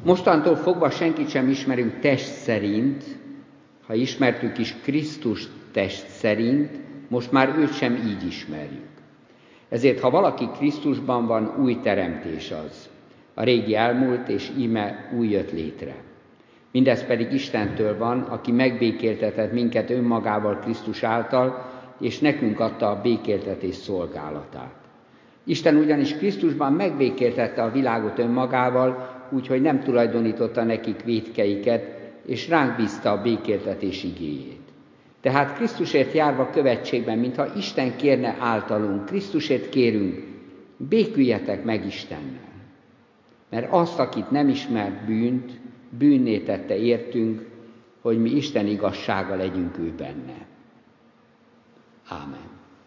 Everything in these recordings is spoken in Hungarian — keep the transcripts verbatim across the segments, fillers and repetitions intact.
Mostantól fogva senkit sem ismerünk test szerint, ha ismertük is Krisztus test szerint, most már őt sem így ismerjük. Ezért, ha valaki Krisztusban van, új teremtés az. A régi elmúlt, és íme új jött létre. Mindez pedig Istentől van, aki megbékéltetett minket önmagával Krisztus által, és nekünk adta a békéltetés szolgálatát. Isten ugyanis Krisztusban megbékéltette a világot önmagával, úgyhogy nem tulajdonította nekik vétkeiket, és ránk bízta a békéltetés igéjét. Tehát Krisztusért járva követségben, mintha Isten kérne általunk, Krisztusért kérünk, béküljetek meg Istennel. Mert azt, akit nem ismert bűnt, bűnné tette értünk, hogy mi Isten igazsága legyünk ő benne. Ámen.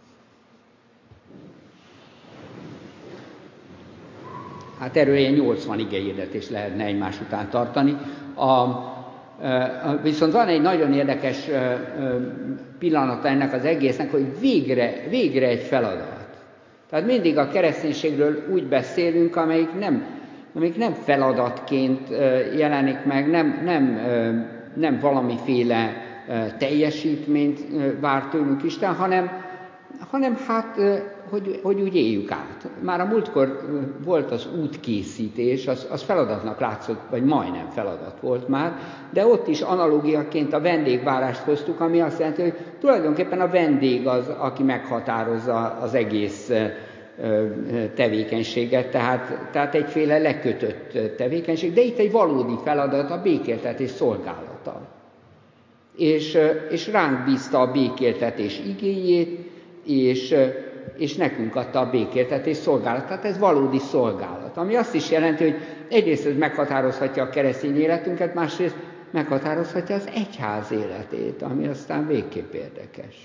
Hát erről ilyen nyolcvan igehirdetés lehetne egymás után tartani. A, a, viszont van egy nagyon érdekes pillanata ennek az egésznek, hogy végre, végre egy feladat. Tehát mindig a kereszténységről úgy beszélünk, amelyik nem, amelyik nem feladatként jelenik meg, nem, nem, nem valamiféle teljesítményt vár tőlünk Isten, hanem, hanem hát, hogy, hogy úgy éljük át. Már a múltkor volt az útkészítés, az, az feladatnak látszott, vagy majdnem feladat volt már, de ott is analógiaként a vendégvárást hoztuk, ami azt jelenti, hogy tulajdonképpen a vendég az, aki meghatározza az egész tevékenységet, tehát, tehát egyféle lekötött tevékenység, de itt egy valódi feladat, a békéltetés szolgálata. És, és ránk bízta a békéltetés igéjét, és, és nekünk adta a békéltetés szolgálatát. Ez valódi szolgálat, ami azt is jelenti, hogy egyrészt ez meghatározhatja a keresztény életünket, másrészt meghatározhatja az egyház életét, ami aztán végképp érdekes.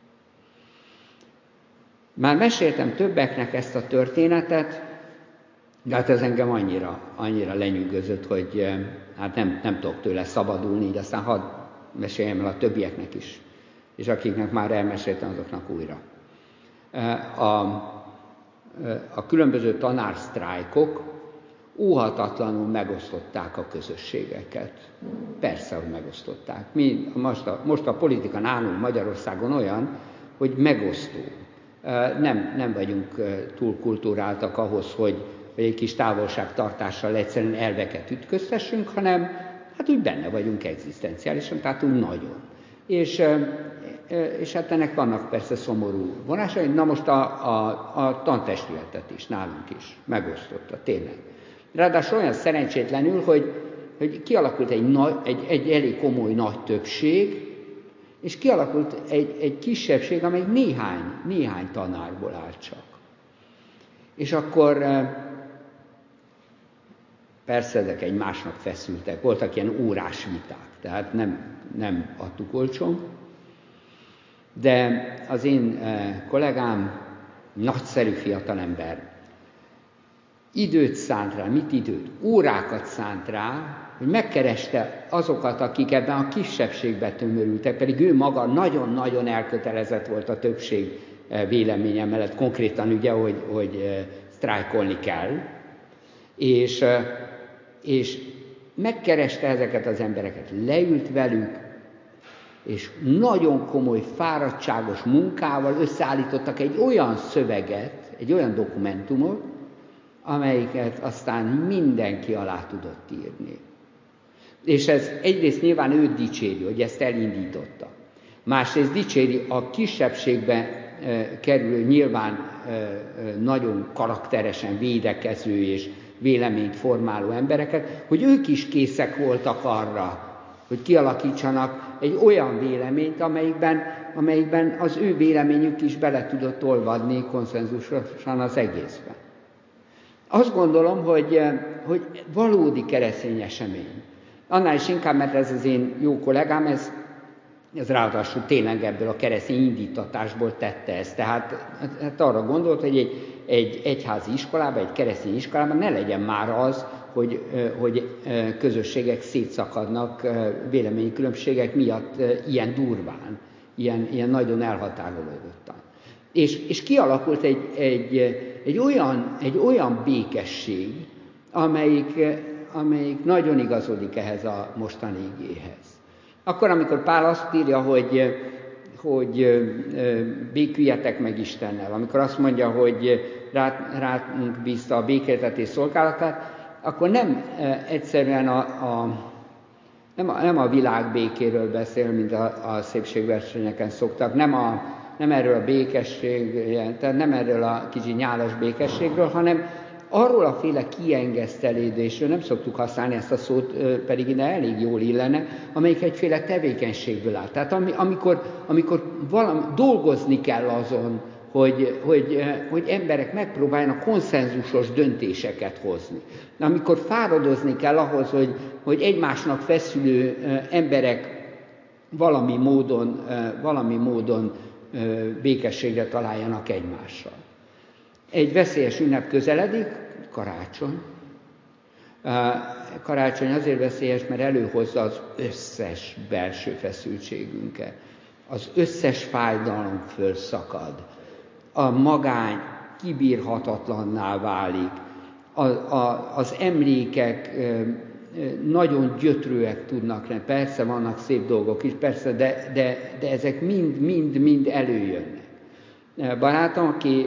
Már meséltem többeknek ezt a történetet, de hát ez engem annyira, annyira lenyűgözött, hogy hát nem, nem tudok tőle szabadulni, így aztán hadd meséljem el a többieknek is, és akiknek már elmeséltem, azoknak újra. A, a különböző tanársztrájkok óhatatlanul megosztották a közösségeket. Persze, hogy megosztották. Mi, most, a, most a politika nálunk Magyarországon olyan, hogy megosztó. Nem, nem vagyunk túl kulturáltak ahhoz, hogy, hogy egy kis távolságtartással egyszerűen elveket ütköztessünk, hanem hát úgy benne vagyunk egzisztenciálisan, tehát úgy nagyon. És, és hát ennek vannak persze szomorú vonásai. Na most a, a, a tantestületet is, nálunk is megosztotta, tényleg. Ráadásul olyan szerencsétlenül, hogy, hogy kialakult egy, nagy, egy, egy elég komoly nagy többség, és kialakult egy, egy kisebbség, amely néhány, néhány tanárból áll csak. És akkor persze ezek egymásnak feszültek, voltak ilyen órás viták, tehát nem, nem adtuk olcsón, de az én kollégám, nagyszerű fiatalember, időt szánt rá, mit időt? Órákat szánt rá, hogy megkereste azokat, akik ebben a kisebbségben tömörültek, pedig ő maga nagyon-nagyon elkötelezett volt a többség véleménye mellett, konkrétan ugye, hogy, hogy sztrájkolni kell, és, és megkereste ezeket az embereket, leült velük, és nagyon komoly, fáradtságos munkával összeállítottak egy olyan szöveget, egy olyan dokumentumot, amelyiket aztán mindenki alá tudott írni. És ez egyrészt nyilván őt dicséri, hogy ezt elindította. Másrészt dicséri a kisebbségbe kerülő, nyilván nagyon karakteresen védekező és véleményt formáló embereket, hogy ők is készek voltak arra, hogy kialakítsanak egy olyan véleményt, amelyikben, amelyikben az ő véleményük is bele tudott olvadni konszenzusosan az egészben. Azt gondolom, hogy, hogy valódi keresztény esemény. Annál is inkább, mert ez az én jó kollégám, ez, ez ráadásul tényleg ebből a keresztény indítatásból tette ezt. Tehát hát arra gondolt, hogy egy, egy egyházi iskolában, egy keresztény iskolában ne legyen már az, hogy, hogy közösségek szétszakadnak véleménykülönbségek miatt ilyen durván, ilyen, ilyen nagyon elhatárolódottan. És, és kialakult egy, egy, egy, olyan, egy olyan békesség, amelyik, amelyik nagyon igazodik ehhez a mostani igéhez. Akkor, amikor Pál azt írja, hogy, hogy béküljetek meg Istennel, amikor azt mondja, hogy ránk bízta a békéltetés szolgálatát, akkor nem egyszerűen a, a, nem a, nem a világ békéről beszél, mint a, a szépségversenyeken szoktak, nem, a, nem erről a békesség, tehát nem erről a kicsi nyálas békességről, hanem arról a féle kiengesztelődésről, nem szoktuk használni ezt a szót, pedig ide elég jól illene, amelyik egyféle tevékenységből áll. Tehát amikor, amikor valami, dolgozni kell azon, hogy, hogy, hogy emberek megpróbáljanak konszenzusos döntéseket hozni. Amikor fáradozni kell ahhoz, hogy, hogy egymásnak feszülő emberek valami módon, valami módon békességre találjanak egymással. Egy veszélyes ünnep közeledik, karácsony. Karácsony azért veszélyes, mert előhozza az összes belső feszültségünket. Az összes fájdalom fölszakad. A magány kibírhatatlanná válik. A, a, az emlékek nagyon gyötrőek tudnak lenni. Persze vannak szép dolgok is, persze, de, de, de ezek mind-mind-mind előjönnek. Barátom, aki,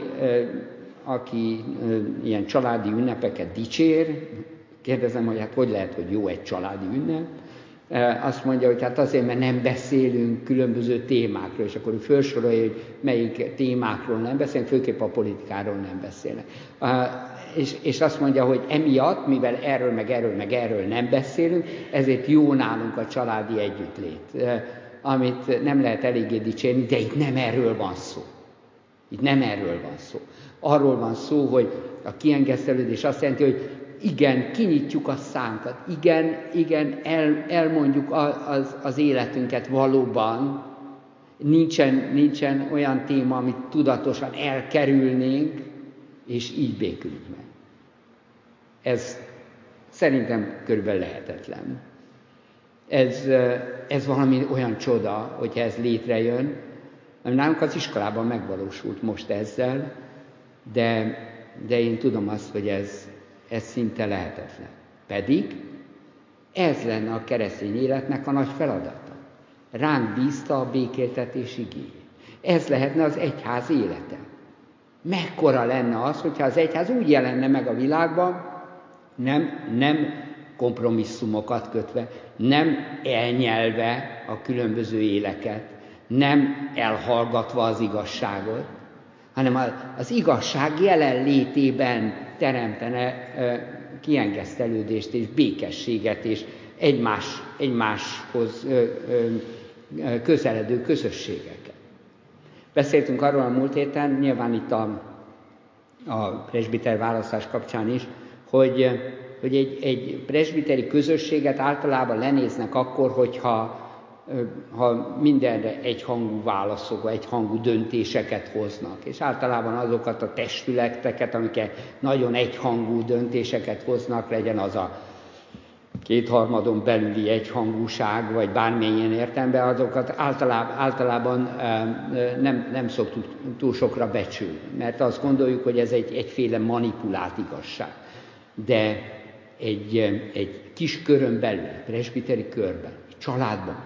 aki ilyen családi ünnepeket dicsér, kérdezem, hogy hát hogy lehet, hogy jó egy családi ünnep, azt mondja, hogy hát azért, mert nem beszélünk különböző témákról, és akkor ő felsorolja, hogy melyik témákról nem beszélünk, főképp a politikáról nem beszélnek. És, és azt mondja, hogy emiatt, mivel erről, meg erről, meg erről nem beszélünk, ezért jó nálunk a családi együttlét, amit nem lehet eléggé dicsérni, de itt nem erről van szó. Itt nem erről van szó. Arról van szó, hogy a kiengesztelődés azt jelenti, hogy igen, kinyitjuk a szánkat, igen, igen, el, elmondjuk az, az életünket valóban, nincsen, nincsen olyan téma, amit tudatosan elkerülnénk, és így békülünk meg. Ez szerintem körülbelül lehetetlen. Ez, ez valami olyan csoda, hogyha ez létrejön, ami nálunk az iskolában megvalósult most ezzel, de, de én tudom azt, hogy ez, ez szinte lehetetlen. Pedig ez lenne a keresztény életnek a nagy feladata. Ránk bízta a békéltetés igéjét. Ez lehetne az egyház élete. Mekkora lenne az, hogyha az egyház úgy jelenne meg a világban, nem, nem kompromisszumokat kötve, nem elnyelve a különböző éleket, nem elhallgatva az igazságot, hanem az igazság jelenlétében teremtene kiengesztelődést és békességet és egymás, egymáshoz közeledő közösségeket. Beszéltünk arról a múlt héten, nyilván itt a, a presbiter választás kapcsán is, hogy, hogy egy, egy presbiteri közösséget általában lenéznek akkor, hogyha ha mindenre egyhangú válaszok, egyhangú döntéseket hoznak. És általában azokat a testületeket, amiket nagyon egyhangú döntéseket hoznak, legyen az a kétharmadon belüli egyhangúság, vagy bármilyen értelemben, azokat általában, általában nem, nem szoktuk túl sokra becsülni, mert azt gondoljuk, hogy ez egy, egyféle manipulált igazság. De egy, egy kis körön belül, presbiteri körben, egy családban,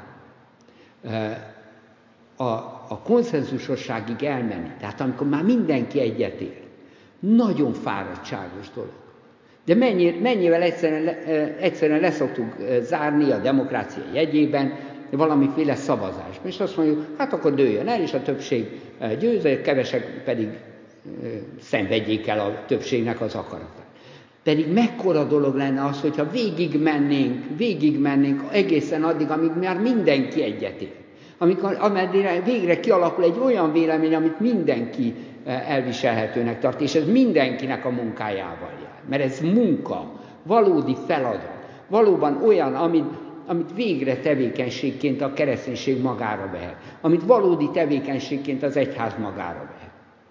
a, a konszenzusosságig elmenni, tehát amikor már mindenki egyetért, nagyon fáradtságos dolog. De mennyi, mennyivel egyszerűen, egyszerűen leszoktuk zárni a demokrácia jegyében valamiféle szavazásba. És azt mondjuk, hát akkor dőljön el, és a többség győz, kevesek pedig szenvedjék el a többségnek az akaratát. Pedig mekkora dolog lenne az, hogyha végigmennénk, végigmennénk egészen addig, amíg már mindenki egyetért. Amikor, ameddig végre kialakul egy olyan vélemény, amit mindenki elviselhetőnek tart, és ez mindenkinek a munkájával jár. Mert ez munka, valódi feladat, valóban olyan, amit, amit végre tevékenységként a kereszténység magára vehet, amit valódi tevékenységként az egyház magára vehet.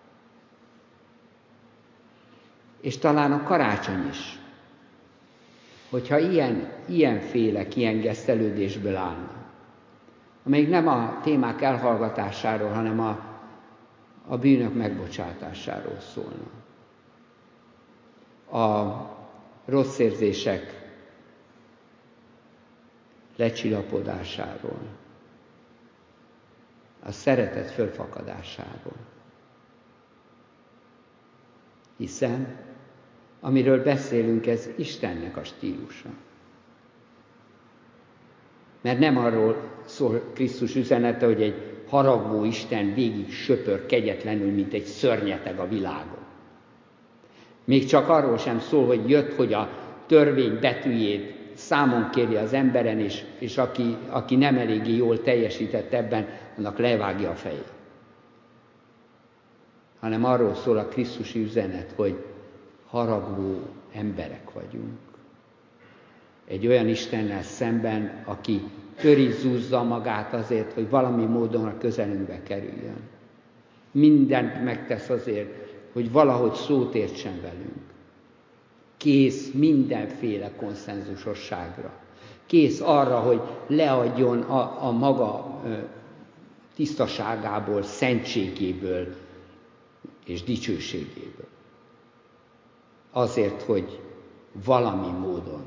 És talán a karácsony is, hogyha ilyen, ilyenféle kiengesztelődésből állna, amelyik nem a témák elhallgatásáról, hanem a, a bűnök megbocsátásáról szólna. A rossz érzések lecsillapodásáról, a szeretet fölfakadásáról. Hiszen, amiről beszélünk, ez Istennek a stílusa. Mert nem arról szól Krisztus üzenete, hogy egy haragvó Isten végig söpör kegyetlenül, mint egy szörnyeteg a világon. Még csak arról sem szól, hogy jött, hogy a törvény betűjét számon kéri az emberen, és, és aki, aki nem eléggé jól teljesített ebben, annak levágja a fejét. Hanem arról szól a krisztusi üzenet, hogy haragvó emberek vagyunk. Egy olyan Istennel szemben, aki törizúzza magát azért, hogy valami módon a közelünkbe kerüljön. Mindent megtesz azért, hogy valahogy szót értsen velünk. Kész mindenféle konszenzusosságra. Kész arra, hogy leadjon a, a maga ö, tisztaságából, szentségéből és dicsőségéből. Azért, hogy valami módon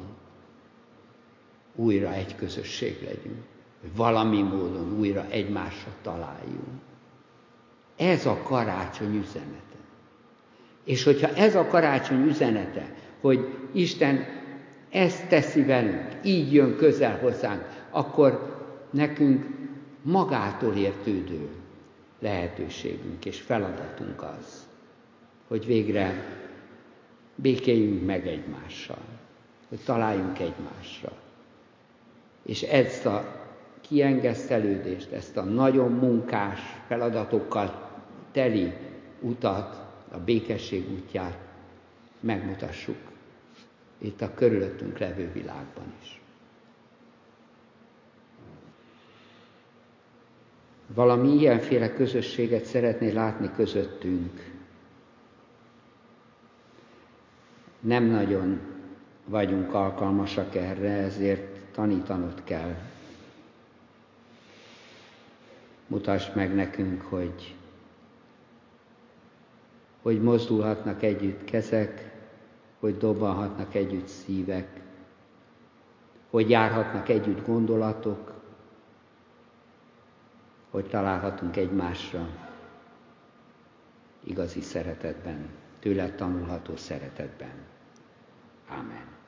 újra egy közösség legyünk. Hogy valami módon újra egymásra találjunk. Ez a karácsony üzenete. És hogyha ez a karácsony üzenete, hogy Isten ezt teszi velünk, így jön közel hozzánk, akkor nekünk magától értődő lehetőségünk és feladatunk az, hogy végre békéljünk meg egymással, hogy találjunk egymásra. És ezt a kiengesztelődést, ezt a nagyon munkás feladatokkal teli utat, a békesség útját megmutassuk itt a körülöttünk levő világban is. Valami ilyenféle közösséget szeretnél látni közöttünk. Nem nagyon vagyunk alkalmasak erre, ezért tanítanod kell. Mutasd meg nekünk, hogy, hogy mozdulhatnak együtt kezek, hogy dobbanhatnak együtt szívek, hogy járhatnak együtt gondolatok, hogy találhatunk egymásra igazi szeretetben, tőled tanulható szeretetben. Ámen.